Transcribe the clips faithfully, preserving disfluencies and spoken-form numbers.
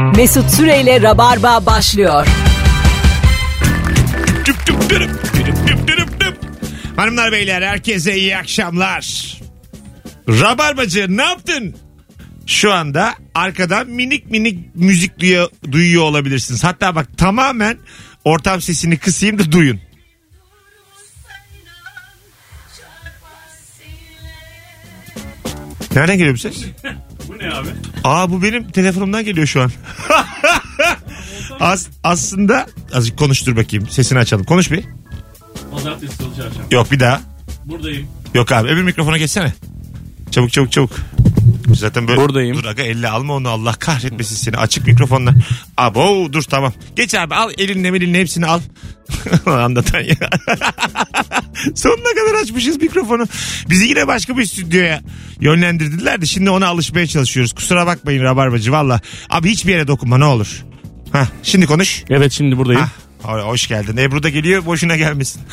Mesut Süreyle Rabarba başlıyor. Düp düp dürüp, dürüp düp dürüp düp. Hanımlar beyler herkese iyi akşamlar. Rabarbacı ne yaptın? Şu anda arkadan minik minik müzik duyuyor, duyuyor olabilirsiniz. Hatta bak tamamen ortam sesini kısayım da duyun. Nereden geliyor bu ses? Bu ne abi? Aa bu benim telefonumdan geliyor şu an. As, aslında azıcık konuştur bakayım. Sesini açalım. Konuş bir. Pazartesi salı çarşamba. Yok bir daha. Buradayım. Yok abi öbür mikrofona geçsene. Çabuk çabuk çabuk. Zaten böyle. Buradayım. Dur aga elle alma onu Allah kahretmesin seni. Açık mikrofonla. Abo dur tamam. Geç abi al elinle elinle hepsini al. Anlatan ya. Sonuna kadar açmışız mikrofonu. Bizi yine başka bir stüdyoya yönlendirdiler de şimdi ona alışmaya çalışıyoruz. Kusura bakmayın Rabarbacı valla. Abi hiçbir yere dokunma ne olur. Hah, şimdi konuş. Evet şimdi buradayım. Hah, hoş geldin. Ebru da geliyor boşuna gelmesin.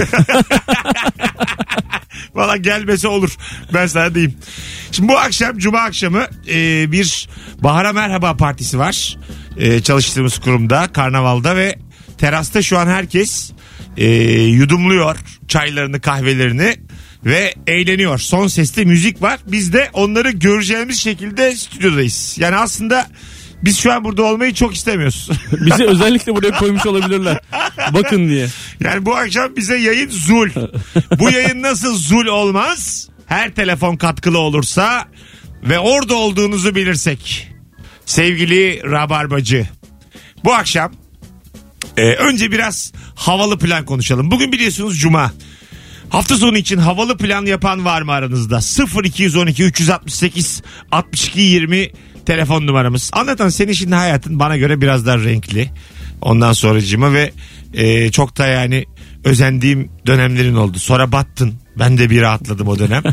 Valla gelmesi olur. Ben sana diyeyim. Şimdi bu akşam Cuma akşamı e, bir Bahar'a Merhaba partisi var. E, çalıştığımız kurumda Karnaval'da ve terasta şu an herkes e, yudumluyor çaylarını kahvelerini ve eğleniyor. Son sesli müzik var. Biz de onları göreceğimiz şekilde stüdyodayız. Yani aslında biz şu an burada olmayı çok istemiyoruz. Bizi özellikle buraya koymuş olabilirler. Bakın diye. Yani bu akşam bize yayın zul. Bu yayın nasıl zul olmaz? Her telefon katkılı olursa ve orada olduğunuzu bilirsek. Sevgili Rabarbacı. Bu akşam e, önce biraz havalı plan konuşalım. Bugün biliyorsunuz Cuma. Hafta sonu için havalı plan yapan var mı aranızda? sıfır iki on iki üç altı sekiz altmış iki yirmi telefon numaramız. Anlatan senin şimdi hayatın bana göre biraz daha renkli. Ondan sonracığıma ve e, çok da yani özendiğim dönemlerin oldu. Sonra battın. Ben de bir rahatladım o dönem.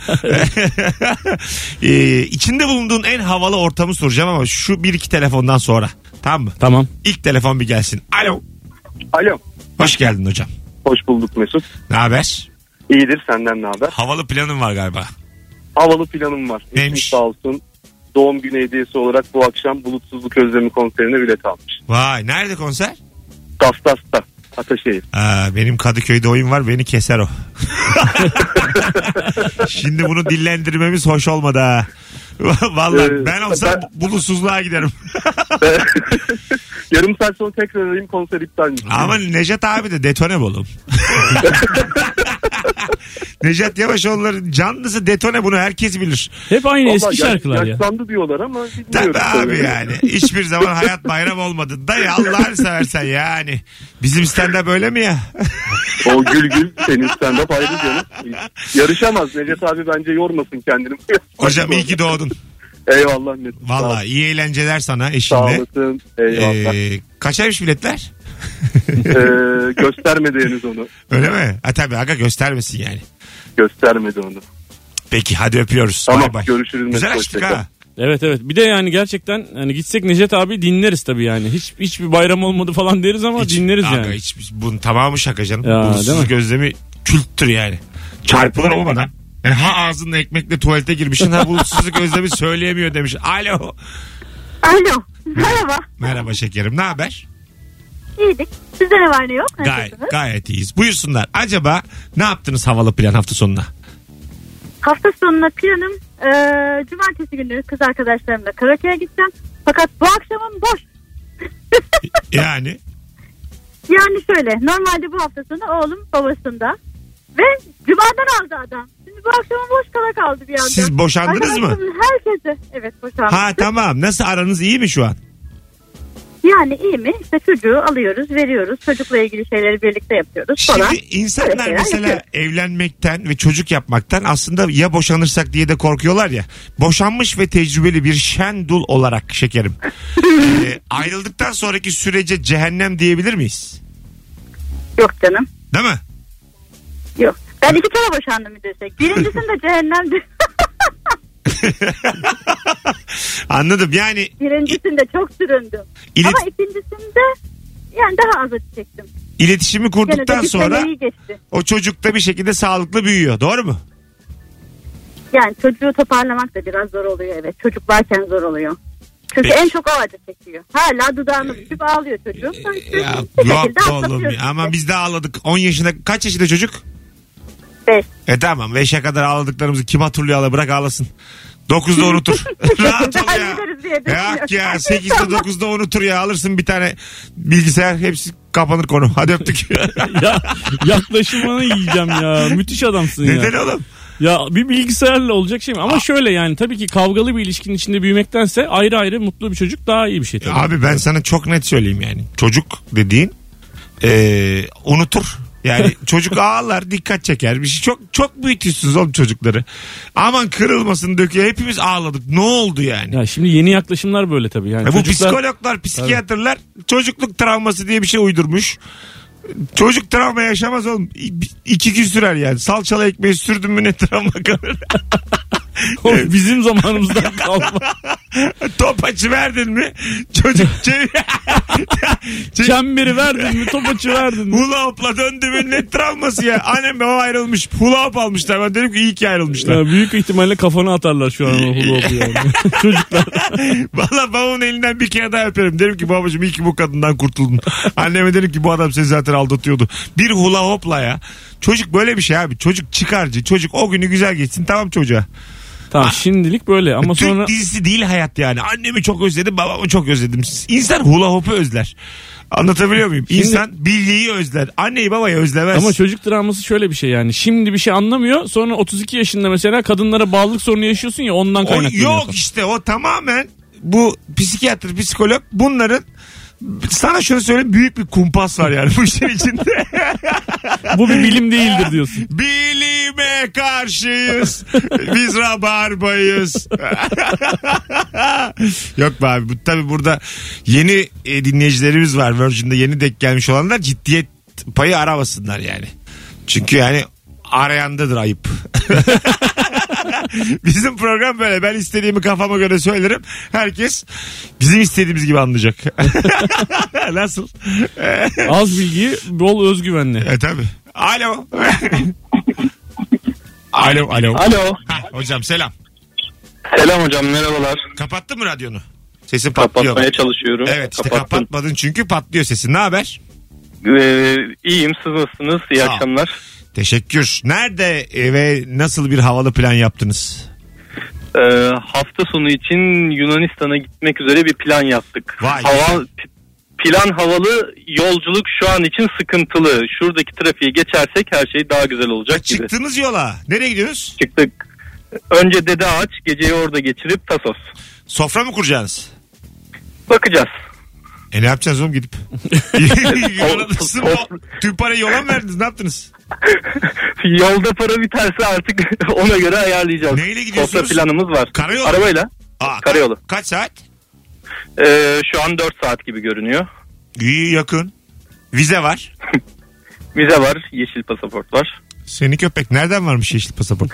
e, içinde bulunduğun en havalı ortamı soracağım ama şu bir iki telefondan sonra. Tamam mı? Tamam. İlk telefon bir gelsin. Alo. Alo. Hoş geldin hocam. Hoş bulduk Mesut. Ne haber? İyidir, senden ne haber? Havalı planın var galiba. Havalı planım var. Neymiş? Eşim sağ olsun. Doğum günü hediyesi olarak bu akşam Bulutsuzluk Özlemi konserine bilet almış. Vay nerede konser? Dastas'ta. Ataşehir. Aa, benim Kadıköy'de oyun var beni keser o. Şimdi bunu dillendirmemiz hoş olmadı ha. Vallahi ee, ben olsam ben... bulutsuzluğa giderim. Yarım saat sonra tekrar arayayım, konser iptalmiş. Ama Nejat abi de detone oğlum. Nejat Yavaşoğulların canlısı detone, bunu herkes bilir. Hep aynı Vallahi eski şarkılar ya. Yaşlandı diyorlar ama tabii abi yani. Hiçbir zaman hayat bayram olmadı. Dayı Allah'ını seversen yani. Bizim stand-up böyle mi ya? O gül gül senin stand-up ayrı canım. Yarışamaz. Nejat abi bence yormasın kendini. Hocam iyi ki doğdun. Eyvallah Mesut. Valla iyi eğlenceler sana eşinle. Sağ olasın. Eyvallah. Ee, kaçaymış biletler? ee, göstermedi henüz onu. Öyle mi? Ha tabii aga göstermesin yani. Göstermedi onu. Peki hadi öpüyoruz. Tamam bay bay. görüşürüz. Güzel açtık ha. Evet evet. Bir de yani gerçekten hani gitsek Necdet abi dinleriz tabii yani. Hiç hiçbir bayram olmadı falan deriz ama Hiç, dinleriz aga, yani. Hiç, bunun tamamı şaka canım. Ya, Bulutsuzluk özlemi kültür yani. Çarpılır olmadan. Yani ha ağzınla ekmekle tuvalete girmişsin ha bulutsuzluk özlemi söyleyemiyor demiş. Alo. Alo. Merhaba. Merhaba şekerim, ne haber? İyiydik. Sizde ne var ne yok? Gay, gayet iyiyiz. Buyursunlar. Acaba ne yaptınız havalı plan hafta sonuna? Hafta sonuna planım e, cumartesi günü kız arkadaşlarımla karaoke'ye gideceğim. Fakat bu akşamım boş. Yani? Yani şöyle, normalde bu hafta sonu oğlum babasında ve cumadan aldı adam. Şimdi bu akşamım boş kala kaldı bir anda. Siz boşandınız mı? Herkese. Evet boşandık. Ha tamam. Nasıl, aranız iyi mi şu an? Yani iyi mi? İşte çocuğu alıyoruz, veriyoruz. Çocukla ilgili şeyleri birlikte yapıyoruz falan. Şimdi insanlar Öyle mesela yapıyoruz. evlenmekten ve çocuk yapmaktan aslında ya boşanırsak diye de korkuyorlar ya. Boşanmış ve tecrübeli bir şendul olarak şekerim. e, ayrıldıktan sonraki sürece cehennem diyebilir miyiz? Yok canım. Değil mi? Yok. Ben iki kere boşandım bir desek. Birincisinde cehennemdi. Anladım yani. Birincisinde çok süründüm. İlet- Ama ikincisinde yani daha az acı çektim. İletişimi kurduktan Gene de sonra iyi geçti. o çocuk da bir şekilde sağlıklı büyüyor. Doğru mu? Yani çocuğu toparlamak da biraz zor oluyor, evet. Çocuk varken zor oluyor. Çünkü Peki. en çok o acı çekiyor. Hala dudağını tutup ağlıyor çocuğum. İşte Ya, bir yok şekilde oğlum atlatıyoruz ya. Ama işte. biz de ağladık. on yaşında, kaç yaşında çocuk? Beş. E tamam, beşe kadar ağladıklarımızı kim hatırlıyor, ala bırak ağlasın. dokuzda unutur. Rahat ol ya. Hallederiz diye Yok düşünüyorum. ya, sekizde dokuzda unutur ya. Alırsın bir tane bilgisayar, hepsi kapanır konu. Hadi öptük. Ya yaklaşımını yiyeceğim ya. Müthiş adamsın ya. Neden oğlum? Ya bir bilgisayarla olacak şey mi? Ama şöyle yani tabii ki kavgalı bir ilişkinin içinde büyümektense ayrı ayrı mutlu bir çocuk daha iyi bir şey tabii. Abi ben sana çok net söyleyeyim yani. Çocuk dediğin e, unutur. Yani çocuk ağlar, dikkat çeker. Bir şey çok çok büyütüyorsunuz oğlum çocukları. Aman kırılmasın, döküyor. Hepimiz ağladık. Ne oldu yani? Ya şimdi yeni yaklaşımlar böyle tabii. Yani E bu çocuklar... psikologlar, psikiyatrlar çocukluk travması diye bir şey uydurmuş. Çocuk travma yaşamaz oğlum. İ- İki gün sürer yani. Salçalı ekmeği sürdün mü ne travma kalır. Oğlum bizim zamanımızdan kalma. Top açı verdin mi? Çocuk çevir. Çemberi verdin mi? Topaçı verdin mi? Hula hopla döndü mü ne travması ya. Annem babam ayrılmış. Hula hop almışlar. Ben dedim ki iyi ki ayrılmışlar. Ya büyük ihtimalle kafana atarlar şu an o hula hopu yani. Çocuklar. Valla babamın elinden bir kere daha öperim. Derim ki babacığım iyi ki bu kadından kurtuldun. Anneme derim ki bu adam seni zaten aldatıyordu. Bir hula hopla ya. Çocuk böyle bir şey abi. Çocuk çıkarcı. Çocuk o günü güzel geçsin. Tamam çocuğa. Tamam şimdilik böyle ama Türk sonra... dizisi değil hayat yani. Annemi çok özledim, babamı çok özledim. İnsan hula hopu özler. Anlatabiliyor muyum? Şimdi- İnsan bilgiyi özler. Anneyi babayı özlemez. Ama çocuk travması şöyle bir şey yani. Şimdi bir şey anlamıyor. Sonra otuz iki yaşında mesela kadınlara bağlılık sorunu yaşıyorsun ya ondan o, kaynaklanıyor. yok işte o tamamen bu psikiyatr, psikolog bunların, sana şunu söyleyeyim, büyük bir kumpas var yani bu işin içinde. Bu bir bilim değildir diyorsun. Bilime karşıyız. Biz rabarbayız. Yok be abi. Bu, tabii burada yeni e, dinleyicilerimiz var. Virgin'de yeni denk gelmiş olanlar ciddiyet payı aramasınlar yani. Çünkü yani arayandadır ayıp. Bizim program böyle. Ben istediğimi kafama göre söylerim. Herkes bizim istediğimiz gibi anlayacak. Nasıl? Az bilgi, bol özgüvenli. E tabi. Alo. Alo, alo. Alo. Ha, hocam selam. Selam hocam, merhabalar. Kapattın mı radyonu? Sesin patlıyor. Kapatmaya çalışıyorum. Evet işte Kapattım. kapatmadın çünkü patlıyor sesin. Ne haber? Ee, iyiyim, siz nasılsınız? İyi Sağ ol. akşamlar. Teşekkür. Nerede e, ve nasıl bir havalı plan yaptınız? Ee, hafta sonu için Yunanistan'a gitmek üzere bir plan yaptık. Vay. Hava plan havalı, yolculuk şu an için sıkıntılı. Şuradaki trafiği geçersek her şey daha güzel olacak gibi. Çıktınız yola. Nereye gidiyorsunuz? Çıktık. Önce Dede Ağaç, geceyi orada geçirip Tasos. Sofra mı kuracaksınız? Bakacağız. E ne yapacağız oğlum gidip? Yunanistan'ın o- tüm parayı yola mı verdiniz? Ne yaptınız? Yolda para biterse artık ona göre ayarlayacağız. Neyle gidiyorsunuz? Sofra planımız var. Karayolu mu? Arabayla. Aa, Karayolu. Kaç saat? Ee, şu an dört saat gibi görünüyor. İyi, yakın. Vize var. Vize var, yeşil pasaport var. Seni köpek. Nereden varmış yeşil pasaport?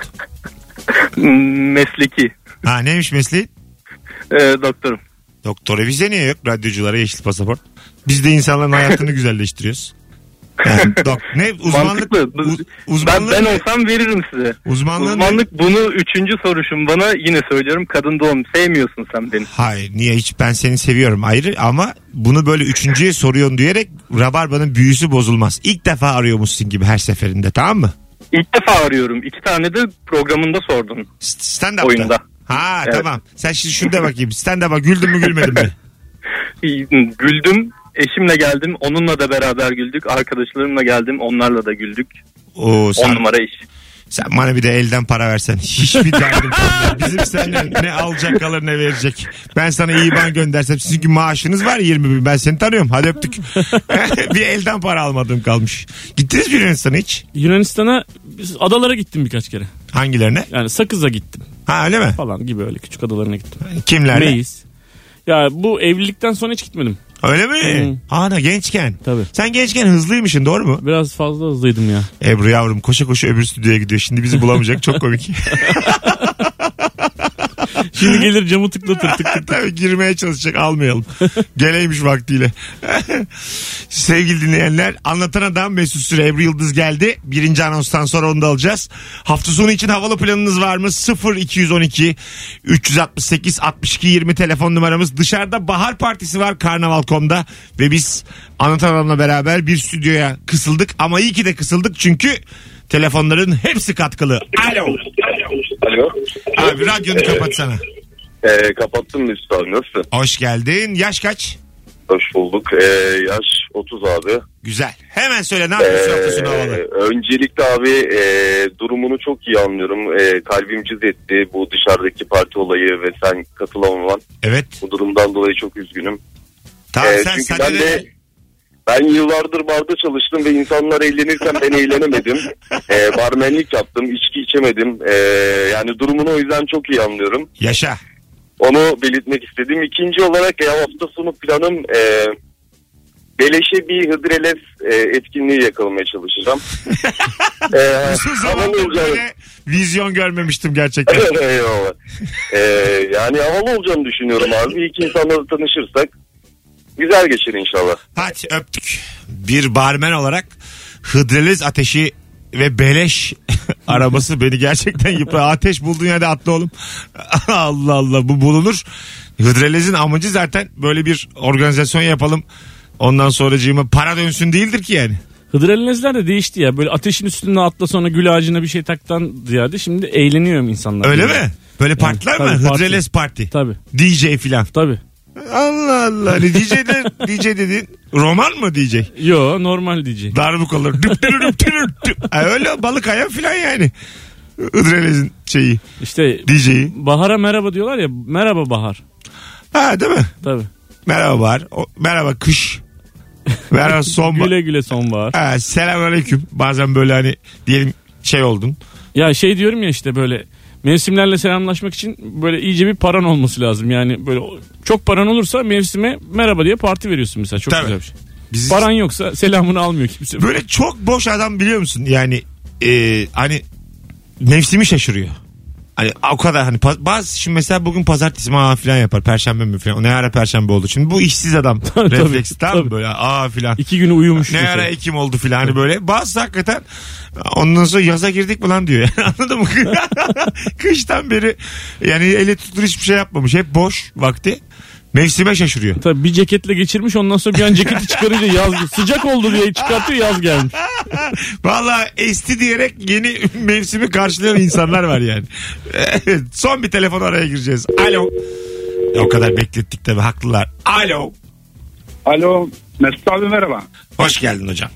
Mesleki Ha neymiş mesleğin? ee, doktorum. Doktora vize niye yok? Radyoculara yeşil pasaport. Biz de insanların hayatını güzelleştiriyoruz. Yani, dok, ne uzmanlık? Mantıklı. Uz, Ben, uzmanlık ben ne? olsam veririm size. Uzmanlığın Uzmanlık bunu üçüncü soruşum bana, yine söylüyorum, kadın doğum. Sevmiyorsun sen beni. Hayır, niye, hiç ben seni seviyorum ayrı ama bunu böyle üçüncüye soruyorsun diyerek Rabarba'nın büyüsü bozulmaz. İlk defa arıyormuşsun gibi her seferinde, tamam mı? İlk defa arıyorum. İki tane de programında sordun. Stand up'ta. Oyunda. Ha Evet. tamam. Sen şimdi şurada bakayım. Stand up'a güldün mü gülmedin mi? Güldüm. Eşimle geldim. Onunla da beraber güldük. Arkadaşlarımla geldim. Onlarla da güldük. Oo, sen, On numara iş. sen bana bir de elden para versen. Hiçbir derdim kalmıyor. Bizim senden ne alacak kalır ne verecek. Ben sana İBAN göndersem, sizin maaşınız var yirmi bin. Ben seni tanıyorum. Hadi öptük. Bir elden para almadığım kalmış. Gittiniz mi Yunanistan'a hiç? Yunanistan'a biz adalara gittim birkaç kere. Hangilerine? Yani Sakız'a gittim Ha öyle mi? falan gibi öyle küçük adalarına gittim. Kimlerle? Meis. Ya bu evlilikten sonra hiç gitmedim. Öyle mi? Hı. Ana gençken. Tabii. Sen gençken hızlıymışsın, doğru mu? Biraz fazla hızlıydım ya. Ebru yavrum koşa koşa öbür stüdyoya gidiyor. Şimdi bizi bulamayacak. Çok komik. Şimdi gelir camı tıklatır tık tık. Tabii girmeye çalışacak, almayalım. Geleymiş vaktiyle. Sevgili dinleyenler, Anlatan Adam Mesut Süre, Ebru Yıldız geldi. Birinci anonstan sonra onu da alacağız. Hafta sonu için havalı planınız var mı? sıfır iki on iki üç altı sekiz altmış iki yirmi telefon numaramız. Dışarıda bahar partisi var Karnaval nokta com'da ve biz Anlatan Adam'la beraber bir stüdyoya kısıldık. Ama iyi ki de kısıldık çünkü telefonların hepsi katkılı. Alo. Alo. Abi radyonu kapatsana. Ee, kapattım Mesut abi, nasılsın? Hoş geldin. Yaş kaç? Hoş bulduk. Ee, yaş otuz abi. Güzel. Hemen söyle, ne yapıyorsun hafta sonu havalı? Ee, öncelikle abi e, durumunu çok iyi anlıyorum. E, kalbim cız etti bu dışarıdaki parti olayı ve sen katılamaman. Evet. Bu durumdan dolayı çok üzgünüm. Tamam Ee, sen çünkü sen ben de... de ben yıllardır barda çalıştım ve insanlar eğlenirken ben eğlenemedim. Ee, barmenlik yaptım, içki içemedim. Ee, yani durumunu o yüzden çok iyi anlıyorum. Yaşa. Onu belirtmek istedim. İkinci olarak ya hafta sonu planım e, beleşe bir Hıdrellez e, etkinliği yakalamaya çalışacağım. e, Uzun zamandır böyle vizyon görmemiştim gerçekten. Eyvallah. e, yani havalı olacağını düşünüyorum abi. İlk insanlarla tanışırsak güzel geçer inşallah. Hadi öptük. Bir barmen olarak Hıdrellez ateşi ve beleş arabası beni gerçekten yıprar. Ateş bulduğun yerde atla oğlum. Allah Allah, bu bulunur. Hıdrellez'in amacı zaten böyle bir organizasyon yapalım. Ondan sonracığıma para dönsün değildir ki yani. Hıdrellezler de değişti ya. Böyle ateşin üstünde atla sonra gül ağacına bir şey taktan ziyade şimdi eğleniyor insanlar. Öyle yani. mi? Böyle partiler Yani, mi? tabii, Hıdrellez parti. Tabii. D J filan. Tabii. Allah Allah. Ne D J de, D J dediğin roman mı D J? Yo, normal D J. Darbukalar. Düp dürü düp dürü düp. Öyle balık ayağı filan yani. Hıdrellez'in şeyi. İşte D J'yi. Bahar'a merhaba diyorlar ya. Merhaba Bahar. Ha değil mi? Tabii. Merhaba Bahar. O, merhaba kış. Merhaba sonbahar. Güle güle sonbahar. Ha, selamünaleyküm. Bazen böyle hani diyelim şey oldun. Ya şey diyorum ya, işte böyle mevsimlerle selamlaşmak için böyle iyice bir paran olması lazım. Yani böyle çok paran olursa mevsime merhaba diye parti veriyorsun mesela. Çok Tabii. güzel bir şey. Biz... Paran yoksa selamını almıyor kimse. Böyle çok boş adam biliyor musun? Yani e, hani mevsimi şaşırıyor. Hani o kadar hani bazı şimdi mesela bugün pazartesi mi aa filan yapar, perşembe mi filan, ne ara perşembe oldu. Şimdi bu işsiz adam refleks tamam mı böyle aa filan. İki günü uyumuş. Ne mesela. ara Ekim oldu filan hani böyle. Bazı hakikaten ondan sonra yaza girdik mi lan diyor. Anladın mı? Kıştan beri yani eli tutur hiçbir şey yapmamış. Hep boş vakti. Mevsime şaşırıyor. Tabii bir ceketle geçirmiş, ondan sonra bir an ceketi çıkarınca yaz sıcak oldu diye çıkartıyor, yaz gelmiş. Vallahi esti diyerek yeni mevsimi karşılayan insanlar var yani. Son bir telefon araya gireceğiz. Alo. O kadar beklettik tabii, haklılar. Alo. Alo Mesut abi merhaba. Hoş geldin hocam.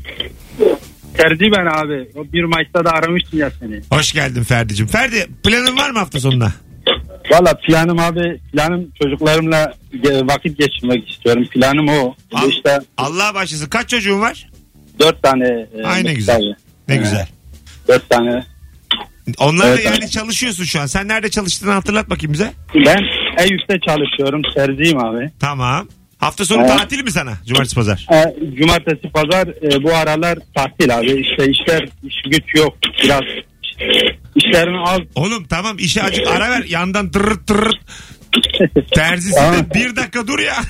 Ferdi ben abi. O bir maçta da aramıştım ya seni. Hoş geldin Ferdi'cim. Ferdi, planın var mı hafta sonunda? Valla planım abi, planım çocuklarımla vakit geçirmek istiyorum. Planım o. Al, işte Allah başlasın. Kaç çocuğun var? Dört tane. Ay ne güzel. Abi. Ne evet. Güzel. Dört tane. Onlar evet, da yani abi. Çalışıyorsun şu an. Sen nerede çalıştığını hatırlat bakayım bize. Ben Eyüp'te çalışıyorum. Terziyim abi. Tamam. Hafta sonu evet. Tatil mi sana? Cumartesi pazar. E, cumartesi pazar e, bu aralar tatil abi. İşte işler, iş güç yok. Biraz işlerin az. Oğlum tamam, işe acık ara ver. Yandan tırırt tırırt. Terzisinde bir dakika dur ya.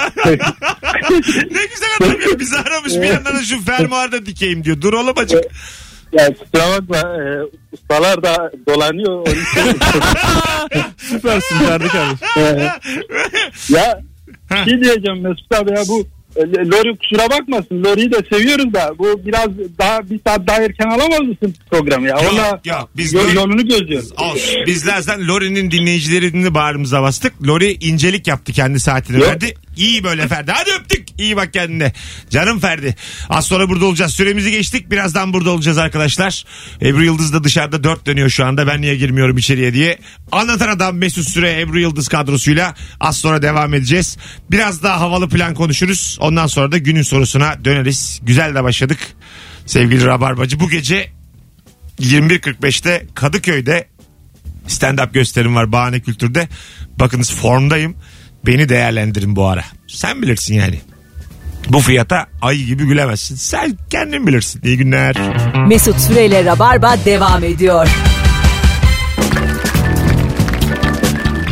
Ne güzel adam ya. Bizi aramış bir yandan da şu fermuarda dikeyim diyor. Dur oğlum acık. Ya kusura bakma, e, ustalar da dolanıyor. Süpersin Ferdi kardeşim. Ya şey diyeceğim Mesut abi, ya bu Lori kusura bakmasın, Lori'yi de seviyoruz da bu biraz daha bir saat daha erken alamaz mısın programı ya? Yok, Ona yok, biz yol, Lori... yolunu gözlüyoruz. Olsun. Bizler zaten Lori'nin dinleyicilerini bağrımıza bastık. Lori incelik yaptı, kendi saatini yok. Verdi. İyi böyle Ferdi. Hadi öptük. İyi bak kendine. Canım Ferdi. Az sonra burada olacağız. Süremizi geçtik. Birazdan burada olacağız arkadaşlar. Ebru Yıldız da dışarıda dört dönüyor şu anda. Ben niye girmiyorum içeriye diye. Anlatan Adam Mesut Süre, Ebru Yıldız kadrosuyla az sonra devam edeceğiz. Biraz daha havalı plan konuşuruz. Ondan sonra da günün sorusuna döneriz. Güzel de başladık. Sevgili Rabarbacı, bu gece yirmi bir kırk beşte Kadıköy'de stand-up gösterim var Bahane Kültür'de. Bakınız formdayım. Beni değerlendirin bu ara. Sen bilirsin yani. Bu fiyata ayı gibi gülemezsin. Sen kendin bilirsin. İyi günler. Mesut Süreyle Rabarba devam ediyor.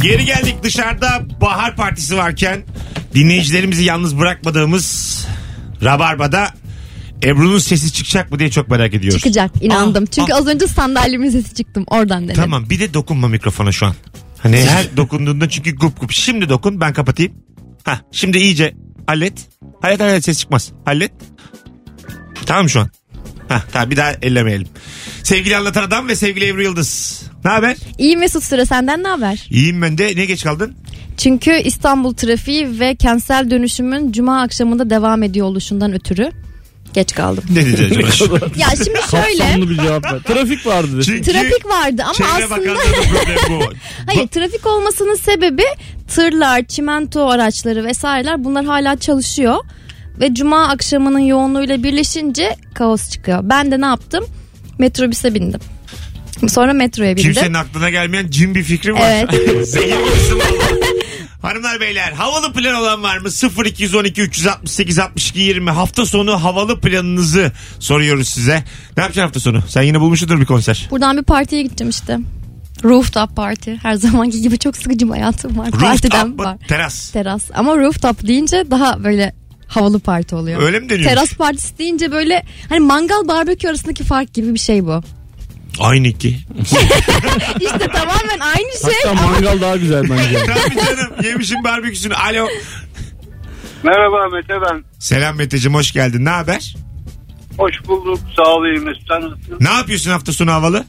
Geri geldik. Dışarıda bahar partisi varken dinleyicilerimizi yalnız bırakmadığımız Rabarba'da Ebru'nun sesi çıkacak mı diye çok merak ediyoruz. Çıkacak, inandım. Aa, Çünkü aa. az önce sandalyemin sesi çıktım. Oradan dedim. Tamam, bir de dokunma mikrofona şu an. Hani her dokunduğunda çünkü gup gup. Şimdi dokun, ben kapatayım. Hah, şimdi iyice hallet. Hallet hallet, ses çıkmaz. Hallet. Tamam şu an. Hah, tamam, bir daha ellemeyelim. Sevgili Anlatan Adam ve sevgili Ebru Yıldız. Ne haber? İyi Mesut Süre, senden ne haber? İyiyim ben de. Ne geç kaldın? Çünkü İstanbul trafiği ve kentsel dönüşümün cuma akşamında devam ediyor oluşundan ötürü geç kaldım. Ne diyeceğiz acaba? Ya şimdi şöyle. Kapsamlı bir cevap ver. Trafik vardı. Çünkü Trafik vardı ama Çevre aslında Bakanlığı'nın problemi bu. hayır, trafik olmasının sebebi tırlar, çimento araçları vesaireler, bunlar hala çalışıyor ve cuma akşamının yoğunluğuyla birleşince kaos çıkıyor. Ben de ne yaptım? Metrobüse bindim. Sonra metroya bindim. Kimsenin aklına gelmeyen cin bir fikrim var. Evet. Zengin misin valla? Hanımlar beyler, havalı plan olan var mı? sıfır iki on iki üç altı sekiz altmış iki yirmi hafta sonu havalı planınızı soruyoruz size. Ne yapacaksın hafta sonu? Sen yine bulmuşsundur bir konser. Buradan bir partiye gideceğim işte. Rooftop parti. Her zamanki gibi çok sıkıcı bir hayatım var. Partiden Rooftop var. mı? Teras. Teras. Ama rooftop deyince daha böyle havalı parti oluyor. Öyle mi deniyormuş? Teras partisi deyince böyle hani mangal barbekü arasındaki fark gibi bir şey bu. Aynı iki. İşte tamamen aynı şey. Hatta mangal daha güzel bence. Tabii canım, yemişim barbeküsünü. Alo. Merhaba Mete ben. Selam Meteciğim, hoş geldin. Ne haber? Hoş bulduk. Sağ olayım Mesut. Sen nasılsın? Ne yapıyorsun hafta sonu havalı?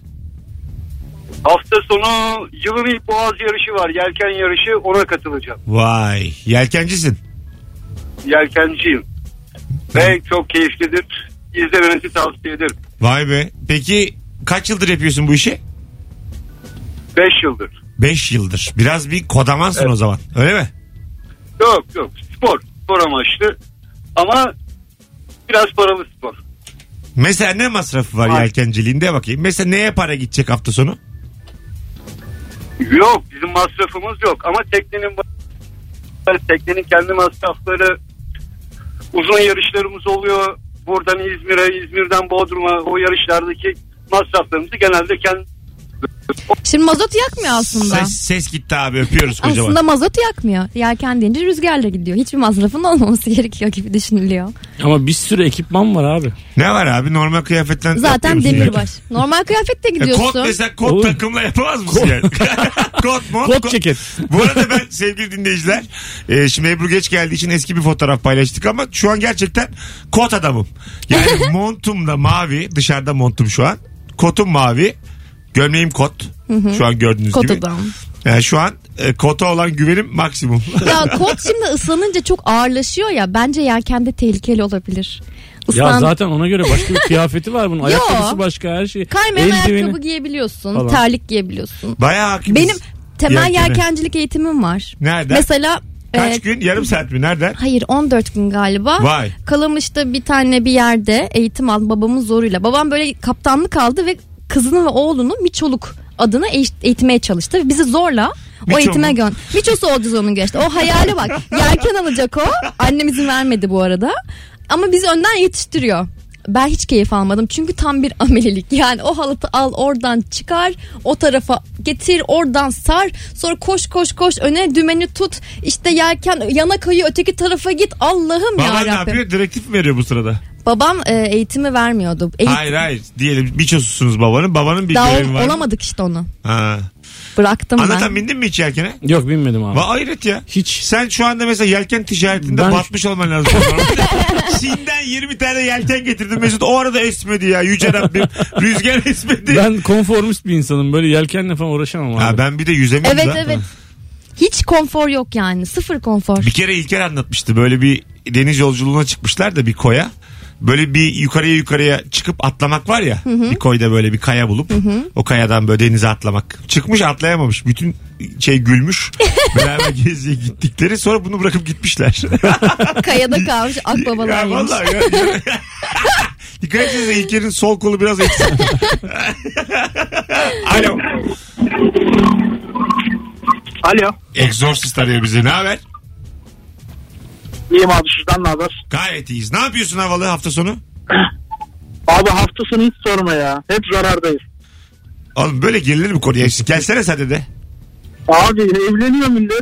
Hafta sonu yılın ilk boğaz yarışı var. Yelken yarışı, ona katılacağım. Vay, yelkencisin. Yelkenciyim. Ve çok keyiflidir. İzlemenizi tavsiye ederim. Vay be. Peki kaç yıldır yapıyorsun bu işi? beş yıldır. beş yıldır. Biraz bir kodamansın evet. O zaman. Öyle mi? Yok yok. Spor. Spor amaçlı. Ama biraz paralı spor. Mesela ne masrafı var Hayır. yelkenciliğinde bakayım. Mesela neye para gidecek hafta sonu? Yok, bizim masrafımız yok. Ama teknenin teknenin kendi masrafları, uzun yarışlarımız oluyor. Buradan İzmir'e, İzmir'den Bodrum'a, o yarışlardaki masraflarımızı genelde kendi... Şimdi mazot yakmıyor aslında. Ses, ses gitti abi, öpüyoruz kocaman. Aslında mazot yakmıyor. Yelken deyince rüzgarla gidiyor. Hiçbir masrafın olmaması gerekiyor gibi düşünülüyor. Ama bir sürü ekipman var abi. Ne var abi, normal kıyafetten Zaten yapıyor musun demirbaş. Normal kıyafetle ya? gidiyorsun. Kot mesela, kot Olur. takımla yapamaz mısın yani? Kot mu? Kot ceket. Bu arada ben sevgili dinleyiciler, e, şimdi Ebru geç geldiği için eski bir fotoğraf paylaştık ama şu an gerçekten kot adamım. Yani montum da mavi, dışarıda montum şu an. Kotum mavi. Gömleğim kot. Şu an gördüğünüz Kot gibi. adam. Yani şu an e, kota olan güvenim maksimum. Ya kot şimdi ıslanınca çok ağırlaşıyor ya. Bence yelkende tehlikeli olabilir. Islan... Ya zaten ona göre başka bir kıyafeti var bunun. Ayakkabısı başka, her şey. Kaymayan Eldiveni. ayakkabı giyebiliyorsun. Falan. Terlik giyebiliyorsun. Bayağı hakimiz. Benim temel Yelkene. yelkencilik eğitimim var. Nereden? Mesela Kaç e, gün? Yarım saat mi? Nereden? hayır on dört gün galiba. Vay. Kalamış'ta bir tane bir yerde eğitim aldım babamın zoruyla. Babam böyle kaptanlık aldı ve kızını ve oğlunu Miçoluk adına eğitmeye çalıştı. Bizi zorla Miço o eğitime mu? gön. Miçosu olacağız onun geçti. O hayale bak. Yelken alacak o. Annem izin vermedi bu arada. Ama bizi önden yetiştiriyor. Ben hiç keyif almadım. Çünkü tam bir amelelik. Yani o halatı al, oradan çıkar, o tarafa getir, oradan sar. Sonra koş koş koş öne dümeni tut. İşte yelken yana kayıyor, öteki tarafa git. Allah'ım ya Baban Rabbim. ne yapıyor? Direktif mi veriyor bu sırada? Babam e, eğitimi vermiyordu. Eğit- Hayır hayır. Diyelim birçosunuz babanın. Babanın bir Daha görevi var. olamadık işte onu. Ha. Bıraktım Anlatan ben. bindin mi hiç yelkene? Yok, binmedim abi. Va hayret ya. Hiç. Sen şu anda mesela yelken ticaretinde Ben- batmış olman lazım. Çin'den yirmi tane yelken getirdim Mesut. O arada esmedi ya. Yüce Rabbim. Rüzgar esmedi. Ben konformist bir insanım. Böyle yelkenle falan uğraşamam abi. Ha, ben bir de yüzemiyorum Evet da. evet. Hiç konfor yok yani. Sıfır konfor. Bir kere İlker anlatmıştı. Böyle bir deniz yolculuğuna çıkmışlar da bir koya. Böyle bir yukarıya yukarıya çıkıp atlamak var ya. Bir koyda böyle bir kaya bulup o kayadan böyle denize atlamak. Çıkmış, atlayamamış. Bütün şey gülmüş. Beraber geziye gittikleri, sonra bunu bırakıp gitmişler. Kayada kalmış akbabalar Ya yemiş. vallahi ya. Dikkat etsenize, İlker'in sol kolu biraz eksik. Alo. Alo. Exorcist arıyor bizi. Ne haber? İyiyim abi, sizden ne haber? Gayet iyiyiz. Ne yapıyorsun havalı hafta sonu? Abi hafta sonu hiç sorma ya. Hep zarardayız. Oğlum böyle gerilir mi konuya? Gelsene sen de de. Abi evleniyor millet.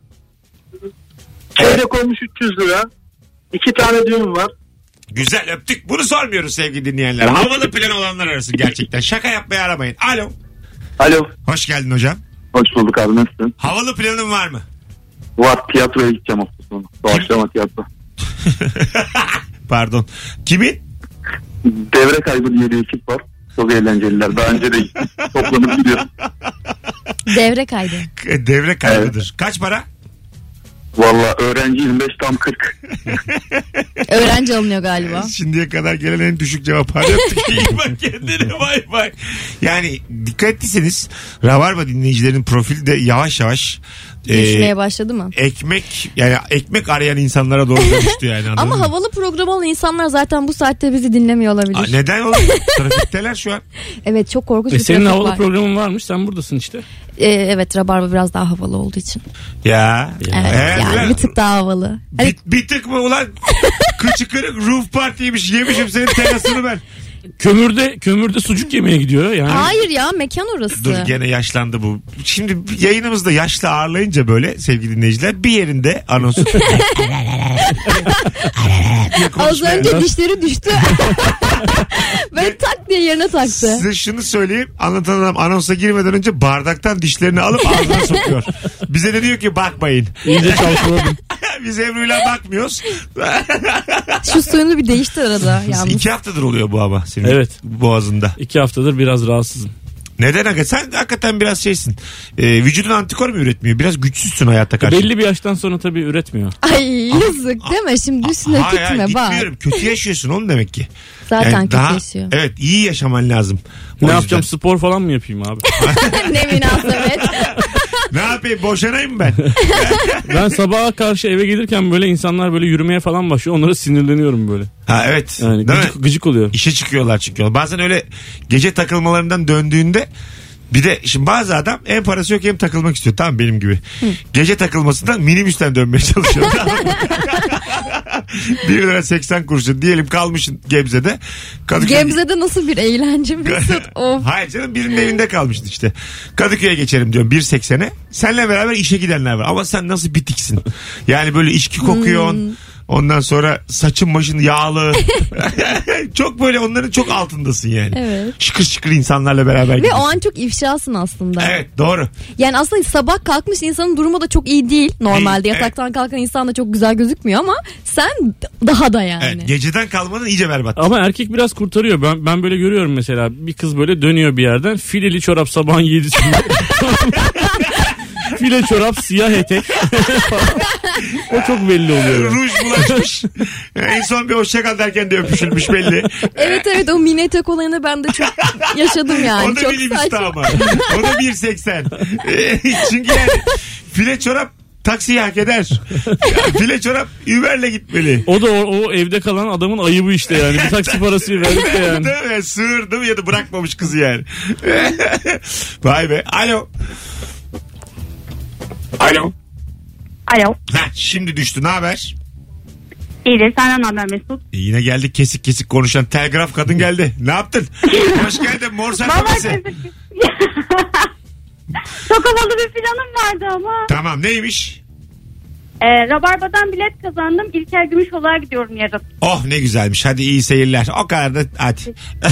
Çeyrek olmuş üç yüz lira. İki tane düğün var. Güzel, öptük. Bunu sormuyoruz sevgili dinleyenler. Havalı plan olanlar arasın gerçekten. Şaka yapmayı aramayın. Alo. Alo. Hoş geldin hocam. Hoş bulduk abi, nasılsın? Havalı planın var mı? Var, tiyatroya gideceğim hafta sonu. Doğaçlama tiyatro. Pardon. Kimin? Devre Kaybı diye bir ekip var. Çok eğlenceliler. Daha önce de gittim. Toplanıp gidiyorum. Devre kaydı. Devre kaybıdır. Evet. Kaç para? Valla öğrenci yirmi beş, tam kırk. Öğrenci alınıyor galiba. Şimdiye kadar gelen en düşük cevap. Hadi öptük. İyi bak kendine, bay bay. Yani dikkat ettiyseniz Rabarba dinleyicilerin profili de yavaş yavaş düşmeye e, başladı mı? Ekmek, yani ekmek arayan insanlara doğru dönüştü yani. Ama mı? Havalı program olan insanlar zaten bu saatte bizi dinlemiyor olabilir. Aa, neden olur? Trafikteler şu an. Evet, çok korkunç e bir senin havalı var. programın varmış, sen buradasın işte. Ee, evet, Rabarba biraz daha havalı olduğu için. Ya. Evet, evet yani lan. Bir tık daha havalı. Bir, hani... bir tık mı ulan? Kıçı kırık roof party'ymiş, yemişim senin terasını ben. Kömürde kömürde sucuk yemeye gidiyor yani. Hayır ya, mekan orası. Dur, gene yaşlandı bu. Şimdi yayınımızda yaşlı ağırlayınca böyle sevgili dinleyiciler bir yerinde anonsu. Az önce dişleri düştü. Böyle tak diye yerine taktı. Size şunu söyleyeyim, anlatan adam anonsa girmeden önce bardaktan dişlerini alıp ağzına sokuyor. Bize de diyor ki bakmayın. İyice çalkaladım. Biz Ebru'yla bakmıyoruz. Şu suyunu bir değiştir arada yalnız. İki haftadır oluyor bu ama senin evet. boğazında. İki haftadır biraz rahatsızım. Neden aga? Sen hakikaten biraz şeysin. Ee, vücudun antikor mu üretmiyor? Biraz güçsüzsün hayatta karşı. Belli bir yaştan sonra tabii üretmiyor. Ay yazık ah, deme şimdi üstüne ah, gitme hayır, bak. Gitmiyorum. Kötü yaşıyorsun oğlum demek ki. Zaten yani kötü daha, yaşıyor. Evet, iyi yaşaman lazım. O ne yapacağım, spor falan mı yapayım abi? Ne münasebet. Ne yapayım, boşanayım mı ben? Ben sabaha karşı eve gelirken böyle insanlar böyle yürümeye falan başlıyor. Onlara sinirleniyorum böyle. Ha evet. Yani gıcık, gıcık oluyor. İşe çıkıyorlar çünkü. Bazen öyle gece takılmalarından döndüğünde bir de şimdi bazı adam hem parası yok hem takılmak istiyor. Tamam, benim gibi. Hı. Gece takılmasından minibüsten dönmeye çalışıyor. bir lira seksen kuruşu diyelim kalmışsın Gebze'de. Kadıköy... Gebze'de nasıl bir eğlence Mesut? Of. Hayır canım, birinin evinde kalmıştın işte. Kadıköy'e geçerim diyorum bir seksene. Seninle beraber işe gidenler var. Ama sen nasıl bitiksin? Yani böyle içki kokuyorsun. Hmm. Ondan sonra saçın başın yağlı. Çok böyle onların çok altındasın yani. Evet. Şıkır şıkır insanlarla beraber ve gidiyorsun. o an çok ifşasın aslında. Evet, doğru. Yani aslında sabah kalkmış insanın durumu da çok iyi değil. Normalde değil, yataktan evet. kalkan insan da çok güzel gözükmüyor ama sen daha da yani. Evet, geceden kalmanın iyice berbat. Ama erkek biraz kurtarıyor. Ben ben böyle görüyorum mesela, bir kız böyle dönüyor bir yerden, fileli çorap sabahın yedisinde. File çorap, siyah etek. O çok belli oluyor. Ruj bulaşmış. En son bir hoşçakal derken de öpüşülmüş belli. Evet evet, o mini etek olayını ben de çok yaşadım yani. O da çok minibüste ama. O da bir seksen. Çünkü yani file çorap taksiyi hak eder. Yani file çorap Uber'le gitmeli. O da o, o evde kalan adamın ayıbı işte yani. Bir taksi parası verdik de yani. Değil mi? Sığırdı mı ya da bırakmamış kızı yani. Vay be. Alo. Alo. Alo. Heh, şimdi düştü. Ne haber? İyidir. Senden ne haber Mesut? E yine geldik, kesik kesik konuşan telgraf kadın geldi. Ne yaptın? Hoş geldin mor sayfası. Çok havalı bir planım vardı ama. Tamam, neymiş? Ee, Rabarba'dan bilet kazandım. İlker Gümüşoğlu'na gidiyorum yarın. Oh ne güzelmiş. Hadi iyi seyirler. O kadar da hadi.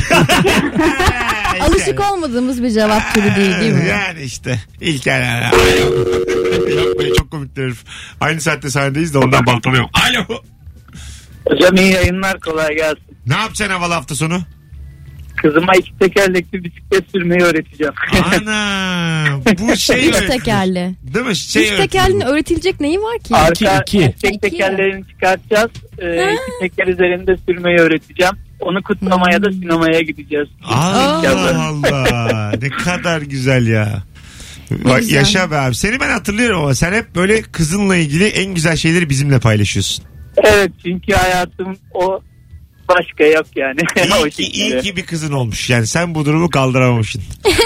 Alışık olmadığımız bir cevap türü değil değil mi? Yani işte İlker. Yapmayın, çok komik herif. Aynı saatte sahnedeyiz de ondan baltalıyorum. Alo. Hocam iyi yayınlar, kolay gelsin. Ne yapacaksın havalı hafta sonu? Kızıma iki tekerlekli bisiklet sürmeyi öğreteceğim. Ana, bu şey Üç tekerli. Değil mi? Şey Üç tekerlinin öğretilecek neyi var ki? Arka iki, iki. tek tekerlerini çıkartacağız. Ee, iki teker üzerinde sürmeyi öğreteceğim. Onu kutlamaya da sinemaya gideceğiz. Allah Allah. Ne kadar güzel ya. Bak, güzel. Yaşa be abi. Seni ben hatırlıyorum ama sen hep böyle kızınla ilgili en güzel şeyleri bizimle paylaşıyorsun. Evet, çünkü hayatım o başka yok yani. İyi ki, iyi ki bir kızın olmuş. Yani sen bu durumu kaldıramamışsın.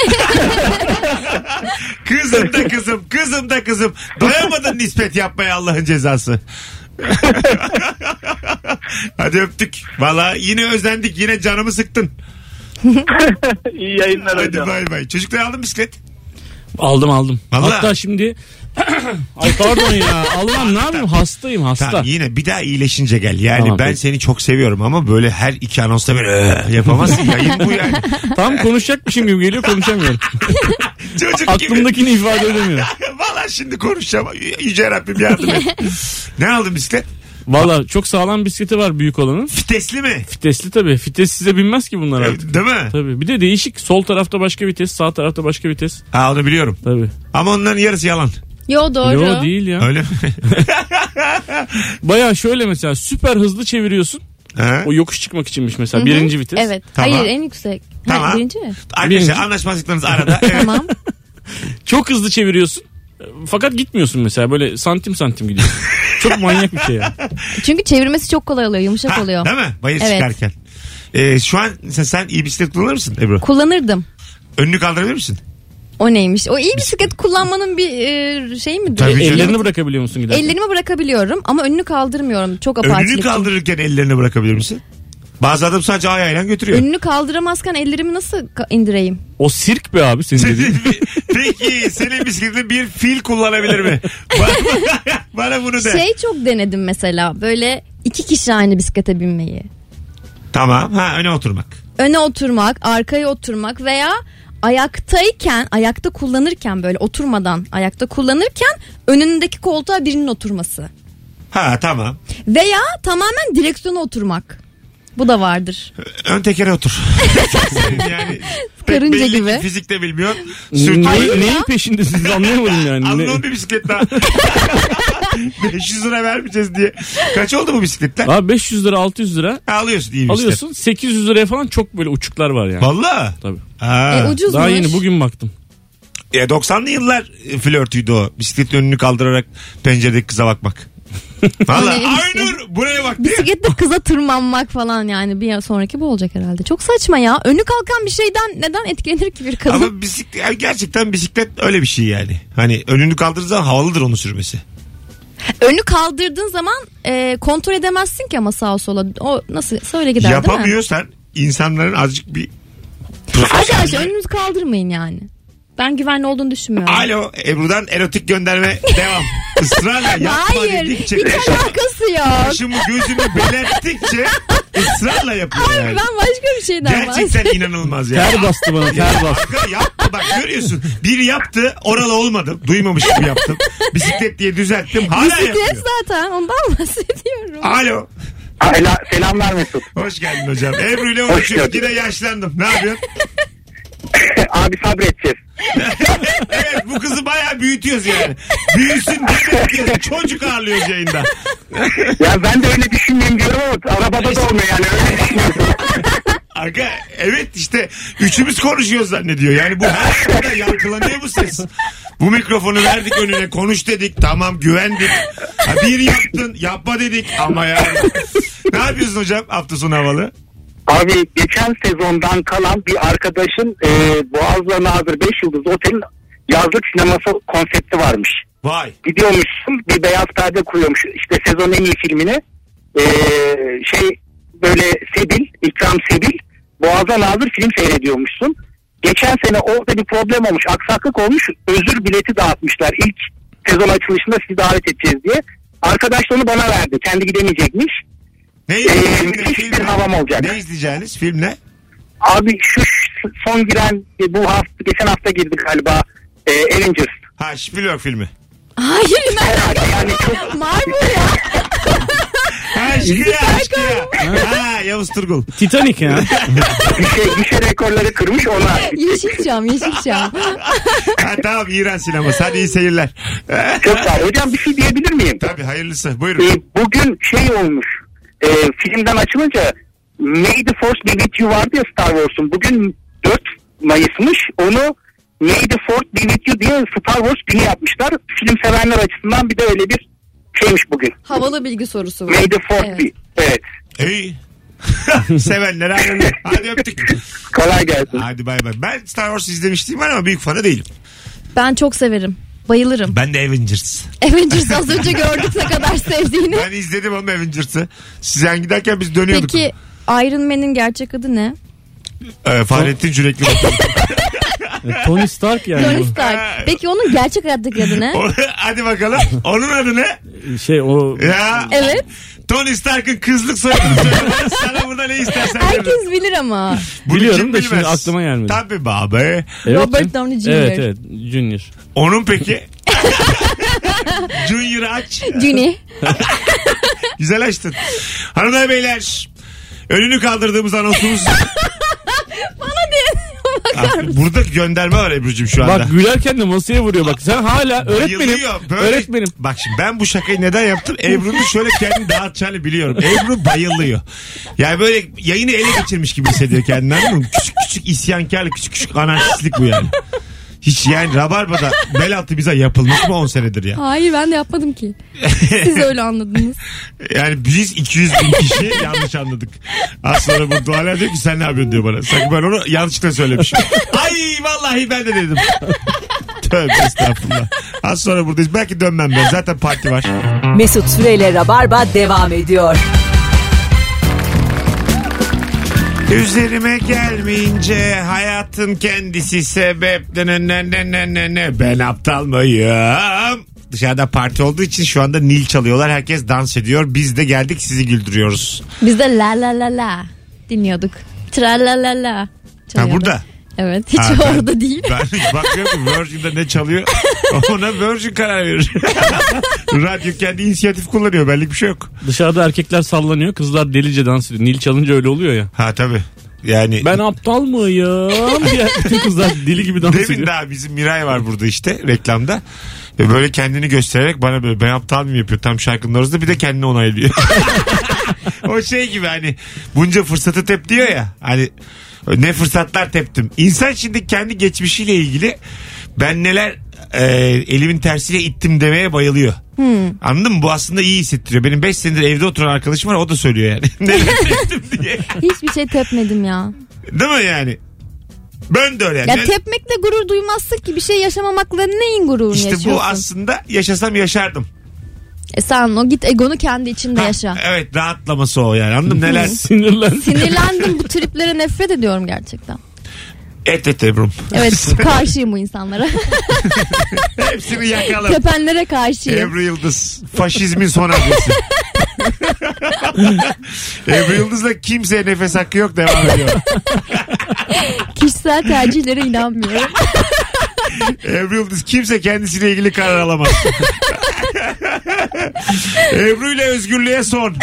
Kızım da kızım, kızım da kızım. Doyamadın nispet yapmaya, Allah'ın cezası. Hadi öptük. Valla yine özlendik, yine canımı sıktın. İyi yayınlar hadi hocam. bay bay. Çocuklar aldın bisiklet? Aldım aldım. Vallahi. Hatta şimdi ay pardon ya Allah'ım ne yapayım hastayım hasta. Tamam, yine bir daha iyileşince gel. Yani Tamam, ben peki. seni çok seviyorum ama böyle her iki anonsta böyle "Ee" yapamazsın. Yayın bu yani. Tam konuşacakmışım gibi geliyor konuşamıyorum. Çocuk gibi. Aklımdakini ifade edemiyorum. Valla şimdi konuşacağım. Yüce Rabbim yardım et. Ne aldın bisiklet? Valla çok sağlam bisikleti var büyük olanın. Fitesli mi? Fitesli tabii. Fites size binmez ki bunlar artık. Değil mi? Tabii. Bir de değişik. Sol tarafta başka vites, sağ tarafta başka vites. Ha onu biliyorum. Tabii. Ama onların yarısı yalan. Yo doğru. Yo değil ya. Öyle mi? Baya şöyle mesela süper hızlı çeviriyorsun. Ha? O yokuş çıkmak içinmiş mesela. Hı hı. Birinci vites. Evet. Tamam. Hayır en yüksek. Tamam. Ha, birinci mi? Arkadaşlar Birinci. anlaşmazlıklarınız arada. Evet. Tamam. Çok hızlı çeviriyorsun. Fakat gitmiyorsun mesela. Böyle santim santim gidiyorsun. Çok manyak bir şey ya. Çünkü çevirmesi çok kolay oluyor. Yumuşak Ha, oluyor. değil mi? Bayır Evet. çıkarken. Ee, şu an sen, sen iyi bisiklet kullanır mısın Ebru? Kullanırdım. Önünü kaldırabilir misin? O neymiş? O iyi bisiklet kullanmanın bir e, şey midir? Tabii canım. Ellerini bırakabiliyor musun giderken? Ellerimi bırakabiliyorum ama önünü kaldırmıyorum. Çok apaçilik. Önünü çünkü. kaldırırken ellerini bırakabilir misin? Bazı adam sadece ayağıyla götürüyor. Önünü kaldıramazken ellerimi nasıl ka- indireyim? O sirk be abi senin dediğin. Peki senin bisikletinde bir fil kullanabilir mi? Bana, bana bunu de. Şey çok denedim mesela. Böyle iki kişi aynı bisiklete binmeyi. Tamam. Ha öne oturmak. Öne oturmak, arkaya oturmak veya ayaktayken, ayakta kullanırken böyle oturmadan ayakta kullanırken önündeki koltuğa birinin oturması. Ha tamam. Veya tamamen direksiyona oturmak. Bu da vardır. Ön tekere otur. yani pek Karınca belli gibi. ki fizik de bilmiyor. Ne, Sürtüyor. neyin peşindesiniz anlayamadım yani. Alın Ne- oğlum bir bisiklet daha. beş yüz lira vermeyeceğiz diye. Kaç oldu bu bisikletler? Abi beş yüz lira altı yüz lira Ha, alıyorsun iyi bir bisiklet. alıyorsun. sekiz yüz liraya falan çok böyle uçuklar var yani. Valla. Tabii. Ha. E, ucuzmuş. Daha yeni bugün baktım. E, doksanlı yıllar flörtüydü o. Bisikletin önünü kaldırarak penceredeki kıza bakmak. Valla O neymiş ya? Aynur buraya bak diye. Bisiklette kıza tırmanmak falan yani bir sonraki bu olacak herhalde. Çok saçma ya. Önü kalkan bir şeyden neden etkilenir ki bir kadın? Ama bisiklet, gerçekten bisiklet öyle bir şey yani. Hani önünü kaldırdığı zaman havalıdır onu sürmesi. Önü kaldırdığın zaman e, kontrol edemezsin ki ama sağa sola. O nasıl söyle gider değil mi? Yapamıyorsan insanların azıcık bir Arkadaşlar önünüzü kaldırmayın yani. Ben güvenli olduğunu düşünmüyorum. Alo Ebru'dan erotik gönderme devam. Israrla yapma Hayır. dedikçe Hiç alakası yok. başımı gözümü belirttikçe ısrarla yapıyor Abi yani. ben başka bir şeyden bahsediyorum. Gerçekten inanılmaz ya. Ter bastı bana ter bastı. Arka yaptı bak görüyorsun. Biri yaptı oralı olmadım. Duymamış gibi yaptım. Bisiklet diye düzelttim. Hala Bisiklet yapıyor. zaten ondan bahsediyorum. Alo. Hala, selamlar Mesut. Hoş geldin hocam. Ebru ile Hoş konuşuyoruz. geldin. Yine yaşlandım. Ne yapıyorsun? Abi sabredeceğiz. Evet bu kızı bayağı büyütüyoruz yani. Büyüsün diye bekliyoruz. Çocuk ağırlıyoruz yayında. Ya ben de öyle düşünmeyeyim diyorum ama arabada da olmuyor yani öyle düşünüyorsun. Aga evet işte üçümüz konuşuyoruz zannediyor. Yani bu her şeyde yankılanıyor bu ses. Bu mikrofonu verdik önüne konuş dedik tamam güvendik. Ha, bir yaptın yapma dedik ama yani. Ne yapıyorsun hocam hafta sonu havalı? Abi geçen sezondan kalan bir arkadaşın e, Boğaz'la Nazır beş Yıldız Otel'in yazlık sineması konsepti varmış. Vay. Gidiyormuşsun bir beyaz perde kuruyormuş işte sezonun en iyi filmini. E, şey böyle Sebil, İkram Sebil Boğaz'a Nazır film seyrediyormuşsun. Geçen sene orada bir problem olmuş, aksaklık olmuş, özür bileti dağıtmışlar. İlk sezon açılışında sizi davet edeceğiz diye. Arkadaş da onu bana verdi, kendi gidemeyecekmiş. Ne, Ee, film, müthiş film bir ne? havam olacak. Ne izleyeceğiniz film ne? Abi şu son giren e, bu hafta geçen hafta girdi galiba e, Avengers. Ha Spielberg filmi. Hayır Herhalde nereden? yani çok Marmur ya. Ha Şükrü ya. Ha Yavuz Turgul. Titanic ya. gişe, gişe rekorları kırmış ona. Yeşilçam Yeşilçam. Ha tamam İran sineması hadi iyi seyirler. Çok sağ ol. Hocam bir şey diyebilir miyim? Tabii hayırlısı buyurun. E, bugün şey olmuş e, filmden açılınca May the Force Be With You vardı ya Star Wars'un. Bugün dört Mayıs'mış. Onu May the Force Be With You diye Star Wars günü yapmışlar. Film sevenler açısından bir de öyle bir şeymiş bugün. Havalı bilgi sorusu var. May the Force Evet. Be. Evet. İyi. Sevenler ayrılır. Hadi öptük. Kolay gelsin. Hadi bay bay. Ben Star Wars izlemiştim var ama büyük fanı değilim. Ben çok severim. Bayılırım. Ben de Avengers. Avengers az önce gördük ne kadar sevdiğini. Ben izledim oğlum Avengers'ı. Sizden giderken biz dönüyorduk. Peki Iron Man'in gerçek adı ne? Ee, Fahrettin Cürekli. Tony Stark yani. Tony bu. Stark. Peki onun gerçek hayattaki adı ne? O- Hadi bakalım. Onun adı ne? Şey o Ya. Evet. Tony Stark'ın kızlık soyadını söyle. Sana burada ne istersen. veririm. Herkes bilir ama. Bunu biliyorum kim da şimdi bilmez? aklıma gelmedi. Tabii baba. Evet, Robert Downey Junior Evet evet Junior. Onun peki? Junior aç. Juni. Güzel açtın. Hanımlar beyler. Önünü kaldırdığımız anonsumuz. Bana diye. Bakar mısın? Burada gönderme var Ebru'cum şu anda. Bak gülerken de masaya vuruyor bak. Sen hala öğretmenim. Bayılıyor. Böyle- Öğretmenim. Bak şimdi ben bu şakayı neden yaptım? Ebru'nun şöyle kendini dağıtacağını biliyorum. Ebru bayılıyor. Yani böyle yayını ele geçirmiş gibi hissediyor kendini, anladın mı? Küçük küçük isyankarlık, küçük küçük anarşistlik bu yani. Hiç yani Rabarba'da bel altı bize yapılmış mı on senedir ya? Hayır ben de yapmadım ki. Siz öyle anladınız. Yani biz iki yüz bin kişi yanlış anladık. Az sonra bu hala diyor ki sen ne yapıyorsun diyor bana. Sanki ben onu yanlışlıkla söylemişim. Ay vallahi ben de dedim. Tövbe estağfurullah. Az sonra buradayız. Belki dönmem ben. Zaten parti var. Mesut Süreyle Rabarba devam ediyor. Üzerime gelmeyince hayatın kendisi sebep ne ne ne ne ne ne ben aptal mıyım? Dışarıda parti olduğu için şu anda Nil çalıyorlar. Herkes dans ediyor. Biz de geldik sizi güldürüyoruz. Biz de la la la la dinliyorduk. Tra la la la. Ha çalıyordu. burada. Evet hiç Ha, ben- orada değil. Ben hiç bakıyorum Virgin'de ne çalıyor. Ona Virgin karar verir. Radyo kendi inisiyatif kullanıyor. Belli bir şey yok. Dışarıda erkekler sallanıyor. Kızlar delice dans ediyor. Nil çalınca öyle oluyor ya. Ha tabii. Yani Ben aptal mıyım diye bütün kızlar deli gibi dans demin ediyor. daha bizim Miray var burada işte reklamda. Ve böyle kendini göstererek bana böyle ben aptal mıyım yapıyor tam şarkının arasında, bir de kendini onaylıyor. O şey gibi hani bunca fırsatı tep diyor ya, hani ne fırsatlar teptim. İnsan şimdi kendi geçmişiyle ilgili ben neler e, elimin tersiyle ittim demeye bayılıyor. Hmm. Anladın mı? Bu aslında iyi hissettiriyor. Benim beş senedir evde oturan arkadaşım var, o da söylüyor yani. Neler teptim diye. Hiçbir şey tepmedim ya. Değil mi yani? Ben de öyle yani. Ya Ben- tepmekle gurur duymazsın ki, bir şey yaşamamakla neyin gururunu İşte yaşıyorsun? bu aslında yaşasam yaşardım. E sen o git egonu kendi içinde Ha, yaşa. evet, rahatlaması o yani, anladın mı? Neler Sinirlen. Sinirlendim, bu triplere nefret ediyorum gerçekten. et et Ebru'm. Evet karşıyım bu insanlara. Hepsini yakalım. Tepenlere karşıyım. Ebru Yıldız. Faşizmin son adresi. Ebru Yıldız'la kimseye nefes hakkı yok, devam ediyor. Kişisel tercihlere inanmıyorum. Ebru Yıldız kimse kendisiyle ilgili karar alamaz. Ebru ile özgürlüğe son.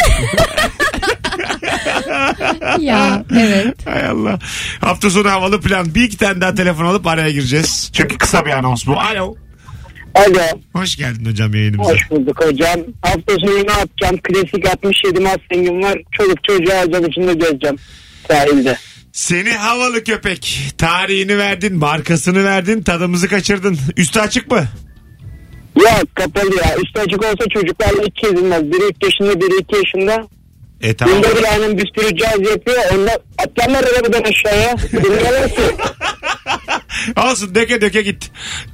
Ya evet. Hay Allah. Hafta sonu havalı plan. Bir iki tane daha telefon alıp araya gireceğiz. Çünkü kısa bir anons bu. Alo. Alo. Hoş geldin hocam yayınımıza. Hoş bulduk hocam. Hafta sonu ne yapacağım? Klasik altmış yedi Mustang'im var. Çoluk çocuğu alacağım, içinde gezeceğim sahilde. Seni havalı köpek. Tarihini verdin, markasını verdin, tadımızı kaçırdın. Üstü açık mı? Yok, kapalı ya. Üstü açık olsa çocuklarla iki gezilmez. Biri üç yaşında, biri iki yaşında. E tamam. Bunda bir annem bir sürü caz yapıyor. Onda atlanlar arabadan aşağıya. Bilmiyorum ki. Olsun, döke döke git.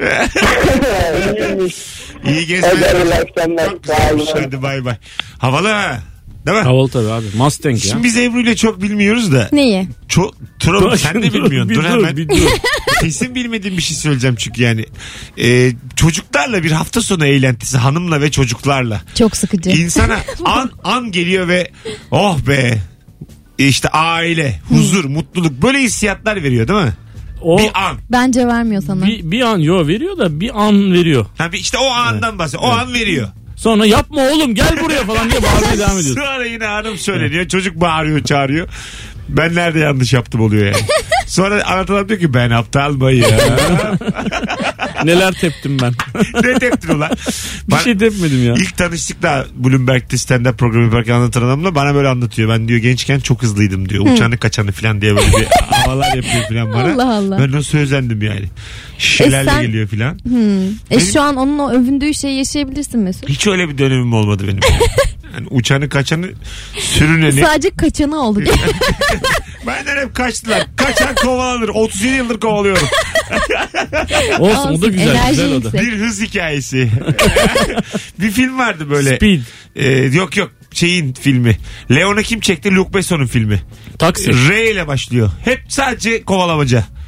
İyi Hadi gezmeler. iyi akşamlar. Çok Sağ olun. güzelmiş. Hadi bay bay. Havalı ha. Değil mi? Havalı tabii abi. Mustang ya. Şimdi biz Ebru ile çok bilmiyoruz da. Neyi? Çok Trump, Dur, sen de dur, bilmiyorsun. bir Dur, dur, hemen. bir dur. Kesin bilmediğim bir şey söyleyeceğim çünkü yani. Ee, çocuklarla bir hafta sonu eğlentisi, hanımla ve çocuklarla. Çok sıkıcı. İnsana an an geliyor ve oh be, işte aile, huzur, mutluluk, böyle hissiyatlar veriyor değil mi? O Bir an. Bence vermiyor sana. bir, bir an yo veriyor da bir an veriyor. Ha, bir işte o andan bahsediyor. O an veriyor. Sonra yapma oğlum gel buraya falan diye bağırmaya devam ediyor. Sonra yine hanım söyleniyor. Çocuk bağırıyor, çağırıyor. Ben nerede yanlış yaptım oluyor yani. Sonra anlatan diyor ki ben aptal mıyım? Neler teptim ben. Ne teptin ulan? Bir Bana- şey tepmedim ya. İlk tanıştık da Bloomberg'de stand-up programı yaparken anlatan adamla bana böyle anlatıyor. Ben diyor gençken çok hızlıydım diyor. Uçanı kaçanı falan diye böyle bir havalar yapıyor falan bana. Allah Allah. Ben nasıl özendim yani. Şişelerle E sen- geliyor falan. Hmm. E Benim- şu an onun o övündüğü şeyi yaşayabilirsin Mesut. Hiç öyle bir dönemim olmadı benim. Yani uçanı kaçanı sürüneni. Sadece kaçanı oldu. Benden hep kaçtılar. Kaçan kovalanır. otuz yedi yıldır kovalıyorum. Olsun o da Olsun, güzel enerji güzel o da. yüksek. Bir hız hikayesi. Bir film vardı böyle. Speed. Ee, yok yok şeyin filmi. Leon'u kim çekti? Luc Besson'un filmi. Taksi. R ile başlıyor. Hep sadece kovalamaca.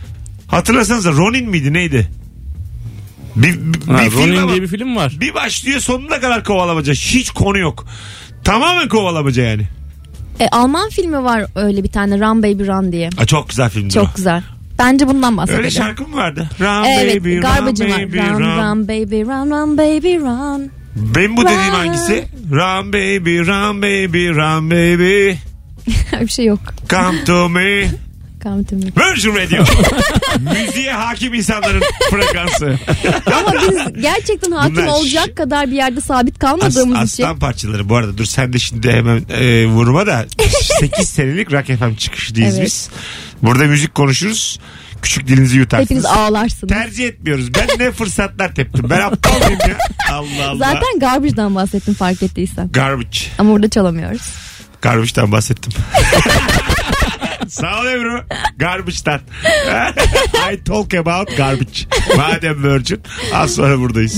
Hatırlasanıza Ronin miydi neydi? Bir, bir, Ha, bir film Ronin ama diye bir film var. bir başlıyor sonuna kadar kovalamaca. Hiç konu yok. Tamamen kovalamaca yani. E, Alman filmi var öyle bir tane, Run Baby Run diye. Aa, çok güzel filmdi Çok o. güzel. Bence bundan bahsedelim. Öyle şarkı mı vardı? Run Evet, baby, Garbage'ın run var. baby, Run, run. run baby, run, run baby, run. Benim bu dediğim Run. hangisi? Run baby, run baby, run baby. Bir şey yok. Come to me. Come to me. Virgin Radio. Müziğe hakim insanların frekansı. Ama biz gerçekten hakim Bunlar- olacak kadar bir yerde sabit As, kalmadığımız için. aslan parçaları bu arada. Dur sen de şimdi hemen e, vurma da. sekiz senelik Rock F M çıkışlıyız Evet. biz. Burada müzik konuşuruz. Küçük dilinizi yutarsınız. Hepiniz ağlarsınız. Tercih etmiyoruz. Ben ne fırsatlar teptim. Ben aptal mıyım ya? Allah Allah. Zaten Garbage'dan bahsettim fark ettiysen. Garbage. Ama burada çalamıyoruz. Garbage'dan bahsettim. Sağ ol Ebru. Garbage'dan. I talk about garbage. Madem Virgin. Az sonra buradayız.